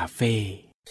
าเฟ่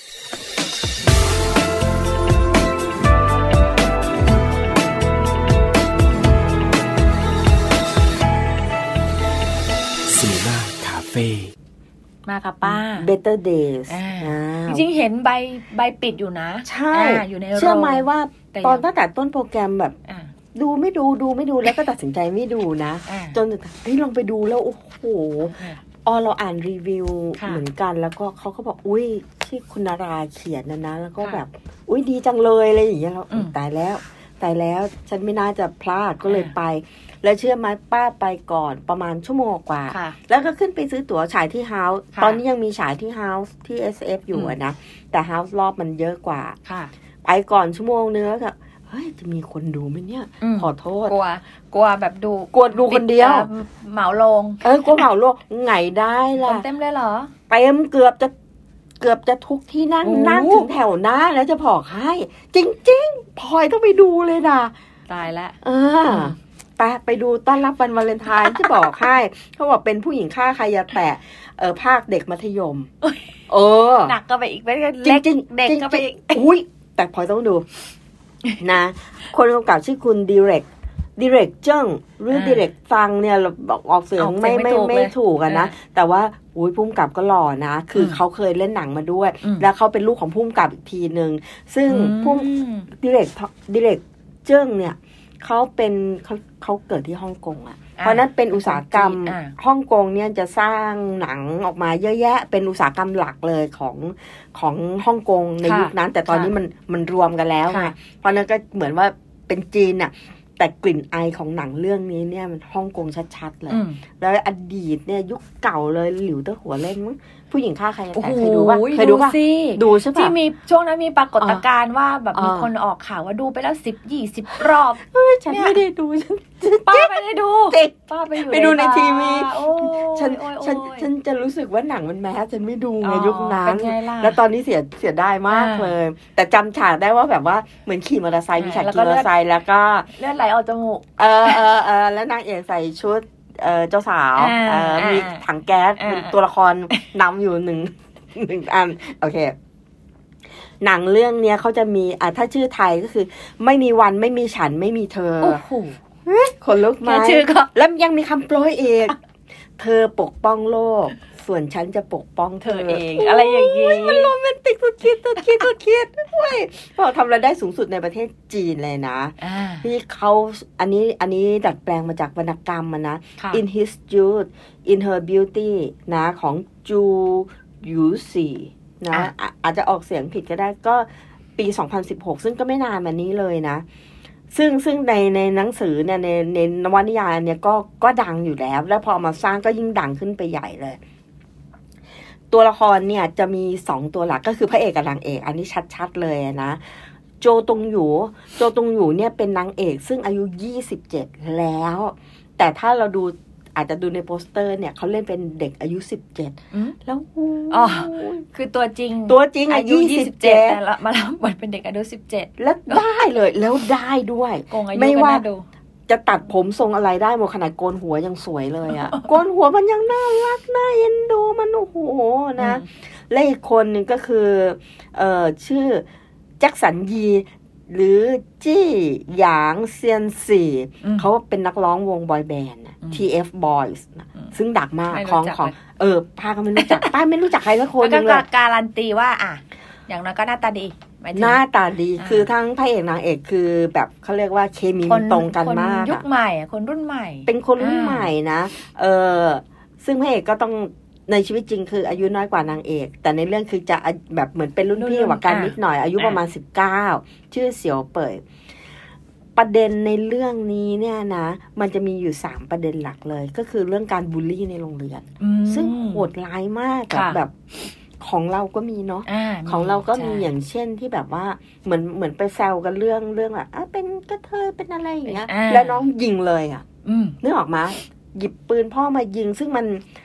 ซีมาคาเฟ่มาค่ะป้า Better Days จริงๆเห็นใบปิดอยู่นะใช่อยู่ในโรงเชื่อไหมว่าตอนตั้งแต่ต้นโปรแกรมแบบดูไม่ดูแล้วก็ตัดสินใจไม่ดูนะจนลองไปดูแล้วโอ้โหเราอ่านรีวิวเหมือนกันแล้วก็เขาก็บอกอุ้ยที่คุณนาราเขียนนะแล้วก็แบบอุ้ยดีจังเลยอะไรอย่างเงี้ยเราตายแล้วฉันไม่น่าจะพลาดก็เลยไปแล้วเชื่อไหมป้าไปก่อนประมาณชั่วโมงกว่าแล้วก็ขึ้นไปซื้อตั๋วฉายที่เฮาส์ตอนนี้ยังมีฉายที่เฮาส์ที่ SF อยู่นะแต่เฮาส์รอบมันเยอะกว่าไปก่อนชั่วโมงนึงแล้วก็เฮ้ยจะมีคนดูไหมเนี่ยขอโทษกลัวแบบดูคนเดียวเหมาลงกลัวเหมาลงไงได้ล่ะเต็มเลยเหรอเต็มเกือบจะทุกที่นั่งถึงแถวหน้าแล้วจะบอกให้จริงๆพลอยต้องไปดูเลยนะตายแล้วไปดูต้อนรับวันวาเลนไทน์จะบอกให้เขาบอกเป็นผู้หญิงฆ่าใครอย่าแตะภาคเด็กมัธยมหนักก็ไปอีกเป็นเล็กเด็กก็ไปอีกอุ้ยแต่พลอยต้องดูนะคนกำกับชื่อคุณดิเรกเจิ้งหรือดิเรกฟังเนี่ยเราบอกออกเสียงไม่ถูกนะแต่ว่าพุ่มกับก็หล่อนะคือเขาเคยเล่นหนังมาด้วยแล้วเขาเป็นลูกของพุ่มกับอีกทีนึงซึ่งพุ่มดิเรกเจิ้งเนี่ยเขาเกิดที่ฮ่องกงเพราะนั้นเป็นอุตสาหกรรมฮ่องกงเนี่ยจะสร้างหนังออกมาเยอะแยะเป็นอุตสาหกรรมหลักเลยของฮ่องกงในยุคนั้นแต่ตอนนี้มันรวมกันแล้วไงเพราะนั้นก็เหมือนว่าเป็นจีนน่ะแต่กลิ่นไอของหนังเรื่องนี้เนี่ยมันฮ่องกงชัดๆเลยแล้วอดีตเนี่ยยุคเก่าเลยหลิวเต้าหัวเล่นมั้งผู้หญิงฆ่าใครแต่เคยดูป่ะดูใช่ป่ะที่มีช่วงนั้นมีปรากฏการณ์ว่าแบบมีคนออกข่าวว่าดูไปแล้ว10-20 รอบฉันไม่ได้ดูป้าไม่ได้ดูป้าไปดูในทีวีฉันจะรู้สึกว่าหนังมันแมสฉันไม่ดูในยุคนั้นแล้วตอนนี้เสียดายมากเลยแต่จำฉากได้ว่าแบบว่าเหมือนขี่มอเตอร์ไซค์มีฉากขี่มอเตอร์ไซค์แล้วก็เลือดไหลออกจมูกแล้วนางเอกใส่ชุดเจ้าสาวมีถังแก๊สเป็นตัวละครนำอยู่หนึ่งอันโอเคหนังเรื่องเนี้ยเขาจะมีถ้าชื่อไทยก็คือไม่มีวันไม่มีฉันไม่มีเธอโอ้โหคนลุกไหมแล้วยังมีคำโปรยเอกเธอปกป้องโลกส่วนฉันจะปกป้องเธอเองอะไรอย่างงี้มันโรแมนติกสุดคิดเว้ยพอทำรายได้สูงสุดในประเทศจีนเลยนะที่เขาอันนี้ดัดแปลงมาจากวรรณกรรมนะ In His Youth in Her Beauty นะของจูหยูซีนะอาจจะออกเสียงผิดก็ได้ก็ปี2016ซึ่งก็ไม่นานมานี้เลยนะซึ่งในหนังสือเนี่ยในนวนิยายเนี่ยก็ดังอยู่แล้วพอมาสร้างก็ยิ่งดังขึ้นไปใหญ่เลยตัวละครเนี่ยจะมี2ตัวหลักก็คือพระเอกกับนางเอกอันนี้ชัดๆเลยนะโจตงหยูเนี่ยเป็นนางเอกซึ่งอายุ27แล้วแต่ถ้าเราดูอาจจะดูในโปสเตอร์เนี่ยเขาเล่นเป็นเด็กอายุ17แล้วคือตัวจริงอายุ27แต่ละมาแล้วมันเป็นเด็กอายุ17 แล้วได้เลยแล้วได้ด้วยไม่ว่าจะตัดผมทรงอะไรได้หมดขนาดโกนหัวยังสวยเลยอ่ะ โกนหัวมันยังน่ารักน่าเอ็นดูมันโอ้โหนะและอีกคนนึงก็คือชื่อแจ็คสันยีหรือจี้หยางเซียนซีเขาเป็นนักร้องวงบอยแบนด์ TF Boys ซึ่งดังมากของป้าก็ไม่รู้จักป้าไม่รู้จักใครสักคนนึงเลยการันตีว่าอย่างน้อยก็หน้าตาดีหน้าตาดีคือทั้งพระเอกนางเอกคือแบบเขาเรียกว่าเคมีตรงกันมากคนยุคใหม่คนรุ่นใหม่เป็นคนรุ่นใหม่นะซึ่งพระเอกก็ต้องในชีวิตจริงคืออายุน้อยกว่านางเอกแต่ในเรื่องคือจะแบบเหมือนเป็นรุ่นพี่กว่ากันนิดหน่อยอายุประมาณ19ชื่อเสี่ยวเป่ยประเด็นในเรื่องนี้เนี่ยนะมันจะมีอยู่3ประเด็นหลักเลยก็คือเรื่องการบูลลี่ในโรงเรียนซึ่งโหดร้ายมากแบบของเราก็มีเนาะของเราก็มีอย่างเช่นที่แบบว่าเหมือนไปแซวกันเรื่องแบบเป็นกระเทยเป็นอะไรอย่างเงี้ยแล้วน้องยิงเลยนึกออกมาหยิบปืนพ่อมายิงซึ่ง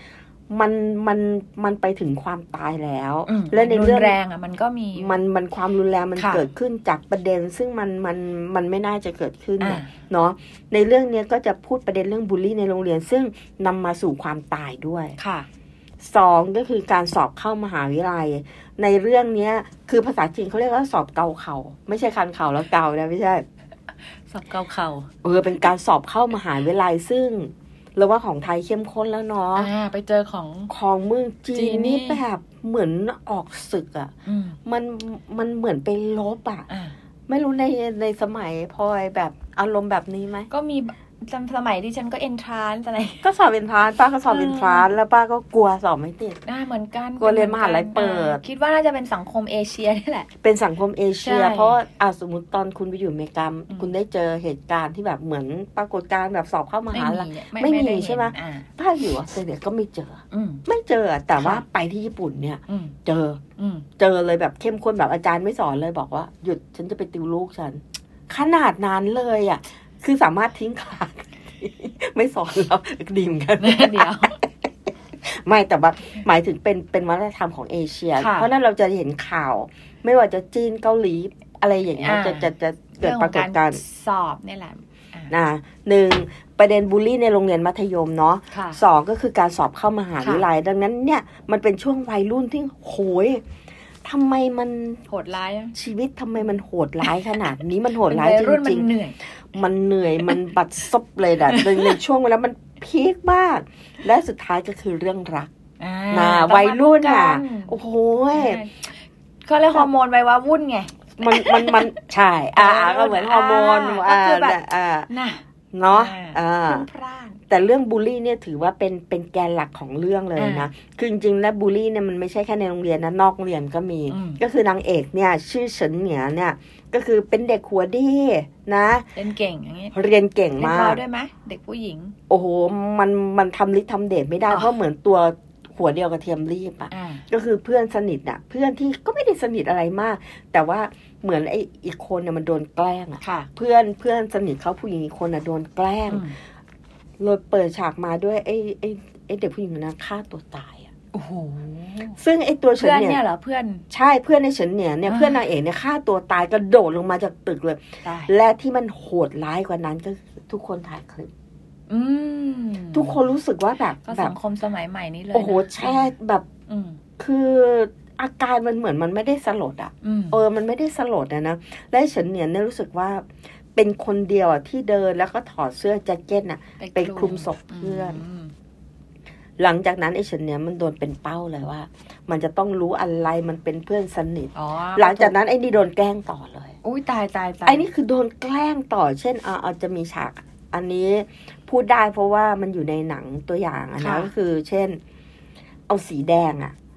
มันไปถึงความตายแล้วและในเรื่องแรงมันก็มีมันความรุนแรงมันเกิดขึ้นจากประเด็นซึ่งมันไม่น่าจะเกิดขึ้นเนาะในเรื่องนี้ก็จะพูดประเด็นเรื่องบูลลี่ในโรงเรียนซึ่งนำมาสู่ความตายด้วยค่ะ 2ก็คือการสอบเข้ามหาวิทยาลัยในเรื่องนี้คือภาษาจีนเขาเรียกว่าสอบเกาเข่าไม่ใช่คันเข่าแล้วเกานะไม่ใช่สอบเกาเข่าเป็นการสอบเข้ามหาวิทยาลัยซึ่งเราว่าของไทยเข้มข้นแล้วเนาะไปเจอของเมืองจีนนี่แบบเหมือนออกศึกอ่ะมันเหมือนไปลบอ่ะไม่รู้ในสมัยพลอยแบบอารมณ์แบบนี้ไหมก็มีสมัยที่ฉันก็เอนทรานซ์อะไรก็สอบเอนทรานซ์ป้าก็สอบเอนทรานซ์แล้วป้าก็กลัวสอบไม่ติดเหมือนกันกลัวเรียนมหาลัยเปิดคิดว่าน่าจะเป็นสังคมเอเชียนี่แหละเป็นสังคมเอเชียเพราะสมมติตอนคุณไปอยู่อเมริกาคุณได้เจอเหตุการณ์ที่แบบเหมือนปรากฏการณ์แบบสอบเข้ามหาลัยไม่มีใช่ไหมป้าอยู่ออสเตรเลียก็ไม่เจอไม่เจอแต่ว่าไปที่ญี่ปุ่นเนี่ยเจอเลยแบบเข้มข้นแบบอาจารย์ไม่สอนเลยบอกว่าหยุดฉันจะไปติวลูกฉันขนาดนั้นเลยอ่ะคือสามารถทิ้งขาดไม่สอนเราดีมกันเดี๋ยวไม่แต่ว่าหมายถึงเป็นวัฒนธรรมของเอเชียเพราะนั้นเราจะเห็นข่าวไม่ว่าจะจีนเกาหลีอะไรอย่างเงี้ยจะเกิดปรากฏการณ์สอบนี่แหละ 1ประเด็นบูลลี่ในโรงเรียนมัธยมเนาะ2ก็คือการสอบเข้ามหาวิทยาลัยดังนั้นเนี่ยมันเป็นช่วงวัยรุ่นที่โหยทำไมมันโหดร้ายชีวิตทำไมมันโหดร้ายขนาดนี้มันโหดร้ายจริงๆมันเหนื่อยมันบัดซบเลยอะในช่วงเวลามันพีคมากและสุดท้ายก็คือเรื่องรักวัยรุ่นอ่ะโอ้โหก็เลยฮอร์โมนวัยวุ่นไงมันใช่ก็เหมือนฮอร์โมนคือแบบเนาะแต่เรื่องบูลลี่เนี่ยถือว่าเป็นแกนหลักของเรื่องเลยนะคือจริงๆแล้วบูลลี่เนี่ยมันไม่ใช่แค่ในโรงเรียนนะนอกโรงเรียนก็มีก็คือนางเอกเนี่ยชื่อเฉินเหนียเนี่ยก็คือเป็นเด็กหัวดีนะเรียนเก่งอย่างงี้เรียนเก่งมากเรียนด้วยไหมเด็กผู้หญิงโอ้โหมันทำลิทำเดทไม่ได้เพราะเหมือนตัวหัวเดียวกับเทียมรีบก็คือเพื่อนสนิทเพื่อนที่ก็ไม่ได้สนิทอะไรมากแต่ว่าเหมือนไอ้อีกคนเนี่ยมันโดนแกล้งเพื่อนสนิทเขาผู้หญิงอีกคนโดนแกล้งเลยเปิดฉากมาด้วยไอ้เด็กผู้หญิงนั้นฆ่าตัวตายโอ้โหซึ่งไอ้ตัวเฉินเนี่ยเหรอเพื่อนใช่เพื่อนในเฉินเนี่ยเพื่อนนางเอกเนี่ยฆ่าตัวตายกระโดดลงมาจากตึกเลยและที่มันโหดร้ายกว่านั้นก็ทุกคนถ่ายคลิปทุกคนรู้สึกว่าแบบสังคมสมัยใหม่นี้เลยโอ้โหแช่แบบคืออาการมันเหมือนมันไม่ได้สลดมันไม่ได้สลดนะและเฉินเนี่ยรู้สึกว่าเป็นคนเดียวที่เดินแล้วก็ถอดเสื้อแจ็คเก็ตไปคลุมศพเพื่อนหลังจากนั้นไอ้เฉินเนี่ยมันโดนเป็นเป้าเลยว่ามันจะต้องรู้อะไรมันเป็นเพื่อนสนิทหลังจากนั้นไอ้นี่โดนแกล้งต่อเลยอุ้ยตายไอ้นี่คือโดนแกล้งต่อเช่นอาจจะมีฉากอันนี้พูดได้เพราะว่ามันอยู่ในหนังตัวอย่างนะก็คือเช่นเอาสีแดง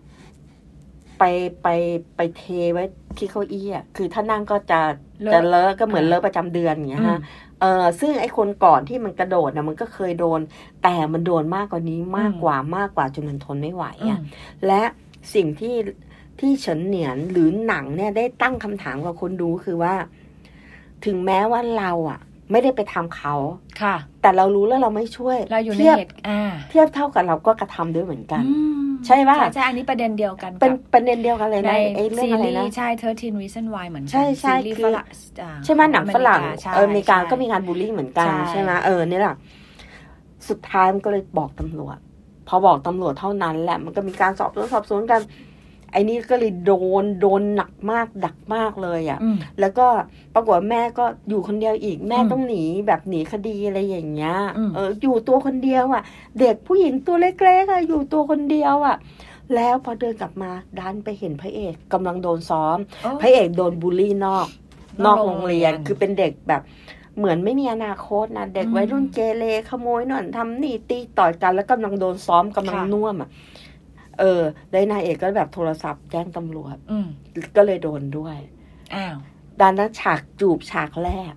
ไปเทไว้ที่เก้าอี้คือถ้านั่งก็จะเลอะก็เหมือนเลอะประจำเดือนอย่างเงี้ยฮะซึ่งไอ้คนก่อนที่มันกระโดดมันก็เคยโดนแต่มันโดนมากกว่านี้มากกว่าจนมันทนไม่ไหวและสิ่งที่เฉินเหนียนหรือหนังเนี่ยได้ตั้งคำถามกับคนดูคือว่าถึงแม้ว่าเราไม่ได้ไปทำเขาค่ะแต่เรารู้แล้วเราไม่ช่วยเราอยู่ในเหตุเทียบเท่ากับเราก็กระทำด้วยเหมือนกันใช่ป่ะใช่อันนี้ประเด็นเดียวกันเป็นประเด็นเดียวกันเลยนะไอ้เรื่องอะไรนะใช่13 Reason Why เหมือนกันใช่คือใช่ไหมหนังฝรั่งอเมริกาก็มีการบูลลี่เหมือนกันใช่ไหมนี่แหละสุดท้ายมันก็เลยบอกตำรวจพอบอกตำรวจเท่านั้นแหละมันก็มีการสอบสวนกันไอ้นี่ก็เลยโดนหนักมากดักมากเลยแล้วก็ปรากฏแม่ก็อยู่คนเดียวอีกแม่ต้องหนีแบบหนีคดีอะไรอย่างเงี้ยอยู่ตัวคนเดียวเด็กผู้หญิงตัวเล็กๆอยู่ตัวคนเดียวแล้วพอเดินกลับมาดันไปเห็นพระเอกกำลังโดนซ้อมพระเอกโดนบูลลี่นอกโรงเรียนคือเป็นเด็กแบบเหมือนไม่มีอนาคตนะเด็กวัยรุ่นเกเรขโมยนั่นทำนี่ตีต่อยกันแล้วกำลังโดนซ้อมกำลังน่วมได้นายเอกก็แบบโทรศัพท์แจ้งตำรวจก็เลยโดนด้วยดังนั้นฉากจูบฉากแรก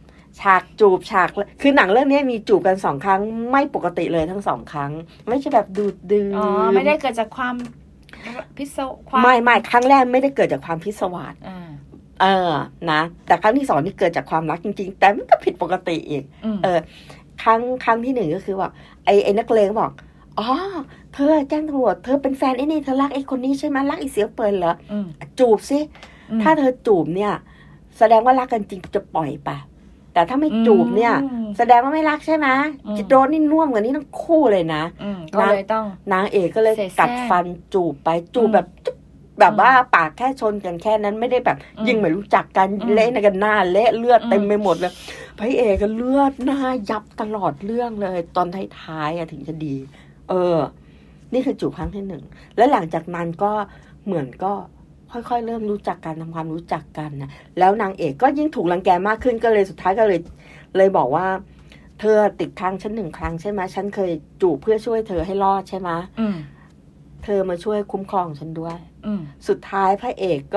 คือหนังเรื่องนี้มีจูบกัน2 ครั้งไม่ปกติเลยทั้ง2 ครั้งไม่ใช่แบบดูดดื่มไม่ได้เกิดจากความพิศวาสไม่ครั้งแรกไม่ได้เกิดจากความพิศวาสนะแต่ครั้งที่2นี่เกิดจากความรักจริงๆแต่มันก็ผิดปกติอีกครั้งที่1ก็คือว่าไอ้นักเลงบอกเธอแจ้งตำรวจเธอเป็นแฟนไอ้นี่เธอรักไอ้คนนี้ใช่ไหมรักไอ้เสียเปิลเหรอจูบสิถ้าเธอจูบเนี่ยแสดงว่ารักกันจริงจะปล่อยไปแต่ถ้าไม่จูบเนี่ยแสดงว่าไม่รักใช่ไหมโดนนี่น่วมกว่านี้ทั้งคู่เลยนะก็เลยต้องนางเอกก็เลยกัดฟันจูบไปจูบแบบว่าปากแค่ชนกันแค่นั้นไม่ได้แบบยิ่งไม่รู้จักกันเละกันหน้าเละเลือดเต็มไปหมดเลยพระเอกก็เลือดหน้ายับตลอดเรื่องเลยตอนท้ายๆถึงจะดีนี่คือจูบครั้งที่หนึ่งแล้วหลังจากนั้นก็เหมือนก็ค่อยๆเริ่มรู้จักกันทำความรู้จักกันนะแล้วนางเอกก็ยิ่งถูกรังแกมากขึ้นก็เลยสุดท้ายก็เลยบอกว่าเธอติดค้างฉัน1 ครั้งใช่ไหมฉันเคยจูบเพื่อช่วยเธอให้รอดใช่ไหมเธอมาช่วยคุ้มครองฉันด้วยสุดท้ายพระเอก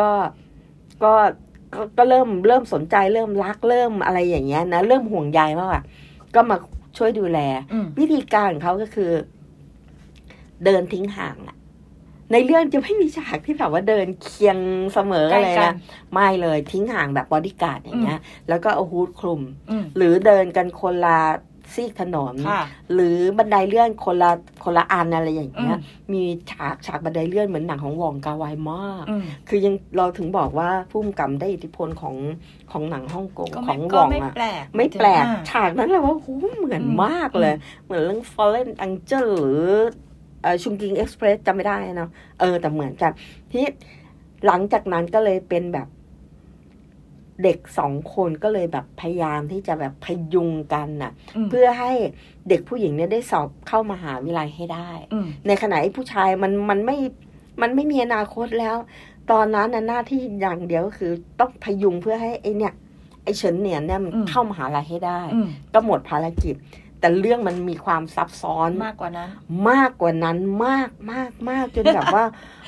ก็เริ่มสนใจเริ่มรักเริ่มอะไรอย่างเงี้ยนะเริ่มห่วงใยมากก็มาช่วยดูแลวิธีการของเขาก็คือเดินทิ้งห่างในเรื่องจะไม่มีฉากที่แบบว่าเดินเคียงเสมออะไรนะไม่เลยทิ้งห่างแบบบอดี้การ์ดอย่างเงี้ยแล้วก็เอาฮูดคลุมหรือเดินกันคนละซีกถนนหรือบันไดเลื่อนคนละอันอะไรอย่างเงี้ยมีฉากบันไดเลื่อนเหมือนหนังของวองกาไวมากคือยังเราถึงบอกว่าผู้กำกับได้อิทธิพลของหนังฮ่องกงของวองอะไม่แปลกฉากนั้นเลยว่าโหเหมือนมากเลยเหมือนเรื่อง Fallen Angel หรือชุงกิงเอ็กซ์เพรสจำไม่ได้นะแต่เหมือนกันที่หลังจากนั้นก็เลยเป็นแบบเด็ก2 คนก็เลยแบบพยายามที่จะแบบพยุงกันน่ะเพื่อให้เด็กผู้หญิงเนี่ยได้สอบเข้ามหาวิทยาลัยให้ได้ในขณะไอ้ผู้ชายมันไม่มีอนาคตแล้วตอนนั้นหน้าที่อย่างเดียวก็คือต้องพยุงเพื่อให้ไอ้เฉินเหนียนเนี่ยมันเข้ามหาวิทยาลัยให้ได้ก็หมดภารกิจแต่เรื่องมันมีความซับซ้อนมากกว่านั้นมากจนแบบว่า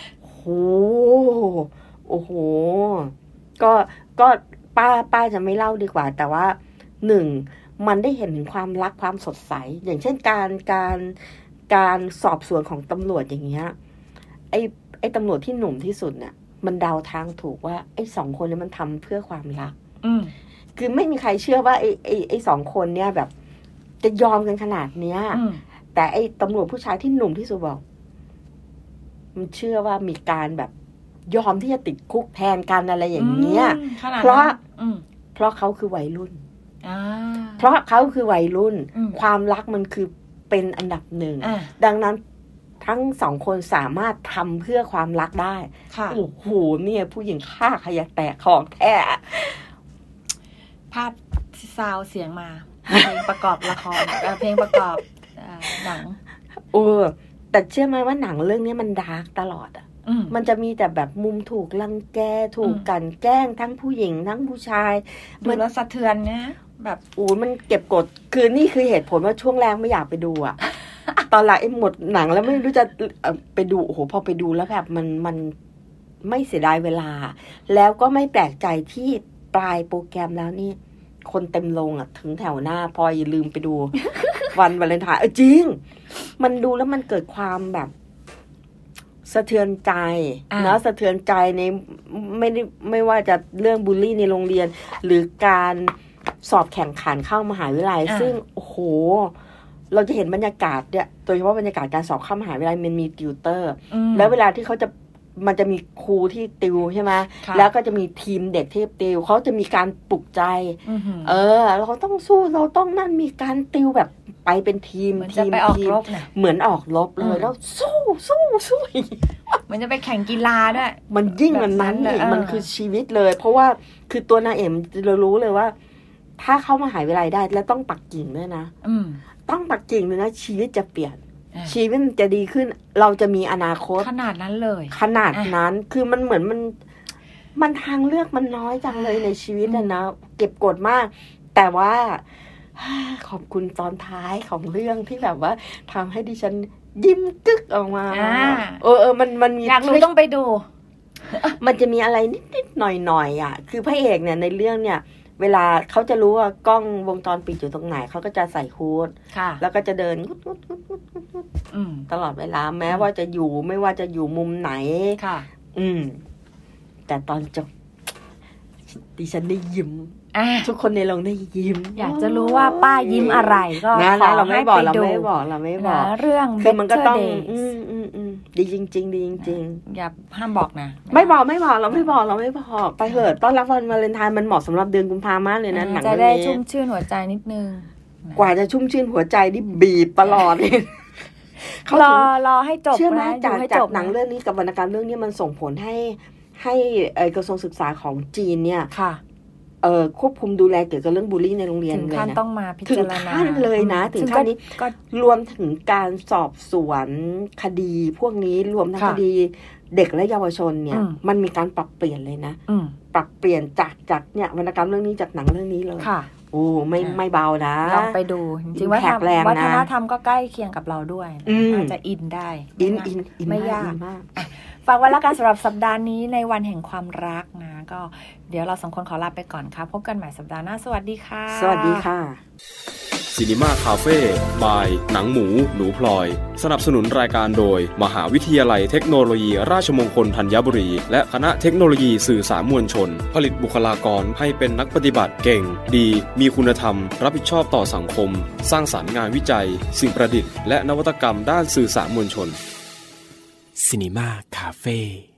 โอ้โหก็ป้าจะไม่เล่าดีกว่าแต่ว่า1มันได้เห็นถึงความรักความสดใสอย่างเช่นการสอบสวนของตำรวจอย่างเงี้ยไอ้ตำรวจที่หนุ่มที่สุดเนี่ยมันเดาทางถูกว่าไอ้2 คนนี้มันทำเพื่อความรักคือไม่มีใครเชื่อว่าไอ้2 คนเนี่ยแบบจะยอมกันขนาดเนี้ยแต่ไอ้ตำรวจผู้ชายที่หนุ่มที่สุดบอกมันเชื่อว่ามีการแบบยอมที่จะติดคุกแทนกันอะไรอย่างเงี้ยเพราะเขาคือวัยรุ่นเพราะเขาคือวัยรุ่นความรักมันคือเป็นอันดับ1ดังนั้นทั้ง2 คนสามารถทำเพื่อความรักได้โอ้โหเนี่ยผู้หญิงฆ่าขยะแตกของแท้ภาพซาวเสียงมาเพลงประกอบละครเพลงประกอบหนังแต่เชื่อไหมว่าหนังเรื่องนี้มันดาร์กตลอดมันจะมีแต่แบบมุมถูกรังแกถูกกันแกล้งทั้งผู้หญิงทั้งผู้ชายมันสะเทือนนะแบบมันเก็บกดคือนี่คือเหตุผลว่าช่วงแรกไม่อยากไปดูอ่ะ ตอนหลังหมดหนังแล้วไม่รู้จะไปดูโอ้โหพอไปดูแล้วแบบมันไม่เสียดายเวลาแล้วก็ไม่แปลกใจที่ปลายโปรแกรมแล้วนี่คนเต็มโรงถึงแถวหน้าพออย่าลืมไปดู วันวาเลนไทน์จริงมันดูแล้วมันเกิดความแบบสะเทือนใจนะสะเทือนใจในไม่ว่าจะเรื่องบูลลี่ในโรงเรียนหรือการสอบแข่งขันเข้ามหาวิทยาลัยซึ่งโอ้โหเราจะเห็นบรรยากาศเนี่ยโดยเฉพาะบรรยากาศการสอบเข้ามหาวิทยาลัยมันมีติวเตอร์แล้วเวลาที่มันจะมีครูที่ติวใช่ไหมแล้วก็จะมีทีมเด็กที่ติวเขาจะมีการปลุกใจเราต้องสู้เราต้องนั่นมีการติวแบบไปเป็นทีมเหมือนออกรบเลยแล้วสู้เหมือนจะไปแข่งกีฬาด้วยมันยิ่งกว่านั้นอีกมันคือชีวิตเลยเพราะว่าคือตัวนางเอกเรารู้เลยว่าถ้าเข้ามหาวิทยาลัยได้แล้วต้องปักกิ่งด้วยนะต้องปักกิ่งเลยนะชีวิตจะเปลี่ยนชีวิตมันจะดีขึ้นเราจะมีอนาคตขนาดนั้นเลยขนาดนั้นคือมันเหมือนมันทางเลือกมันน้อยจังเลยในชีวิตนะเก็บกดมากแต่ว่าขอบคุณตอนท้ายของเรื่องที่แบบว่าทำให้ดิฉันยิ้มกึกออกมามันมีอยากรู้ต้องไปดูมันจะมีอะไรนิดๆหน่อยๆอ่ะคือพระเอกเนี่ยในเรื่องเนี่ยเวลาเขาจะรู้ว่ากล้องวงจรปิดอยู่ตรงไหนเขาก็จะใส่ฮูดแล้วก็จะเดินตลอดเวลาแม้ว่าจะอยู่ไม่ว่าจะอยู่มุมไหนแต่ตอนจบดิฉันได้ยิ้มทุกคนในโรงได้ยิ้มอยากจะรู้ว่าป้ายิ้มอะไรก็ขอให้ไปดูเราไม่บอกเรื่องคือมันก็ต้องดีจริงๆดีจริงๆอย่าห้ามบอกนะไม่บอกเราไม่บอกไปเถอะต้อนรับวันวาเลนไทน์มันเหมาะสำหรับเดือนกุมภาพันธ์มากเลยนะหนังจะได้ชุ่มชื่นหัวใจนิดนึงกว่าจะชุ่มชื่นหัวใจนี่บีบตลอดเลยรอให้จบเชื่อไหมจากหนังเรื่องนี้กับวรรณกรรมเรื่องนี้มันส่งผลให้กระทรวงศึกษาของจีนเนี่ยควบคุมดูแลเกี่ยวกับเรื่องบูลลี่ในโรงเรียนเลยนะถึงขั้นต้องมาพิจารณาถึงขั้นเลยนะถึงขั้นนี้รวมถึงการสอบสวนคดีพวกนี้รวมทั้งคดีเด็กและเยาวชนเนี่ยมันมีการปรับเปลี่ยนเลยนะปรับเปลี่ยนจากเนี่ยวรรณกรรมเรื่องนี้จากหนังเรื่องนี้เลยโอ้ไม่เบานะลองไปดูจริงๆว่าวัฒนธรรมก็ใกล้เคียงกับเราด้วยอาจจะอินได้ไม่ยากฝากไว้แล้วกันสำหรับสัปดาห์นี้ในวันแห่งความรักนะก็เดี๋ยวเราสองคนขอลาไปก่อนค่ะพบกันใหม่สัปดาห์หน้าสวัสดีค่ะสวัสดีค่ะซีนีมาคาเฟ่บายหนังหมูหนูพลอยสนับสนุนรายการโดยมหาวิทยาลัยเทคโนโลยีราชมงคลธัญบุรีและคณะเทคโนโลยีสื่อสารมวลชนผลิตบุคลากรให้เป็นนักปฏิบัติเก่งดีมีคุณธรรมรับผิดชอบต่อสังคมสร้างสรรค์งานวิจัยสิ่งประดิษฐ์และนวัตกรรมด้านสื่อสารมวลชนซีนีมาคาเฟ่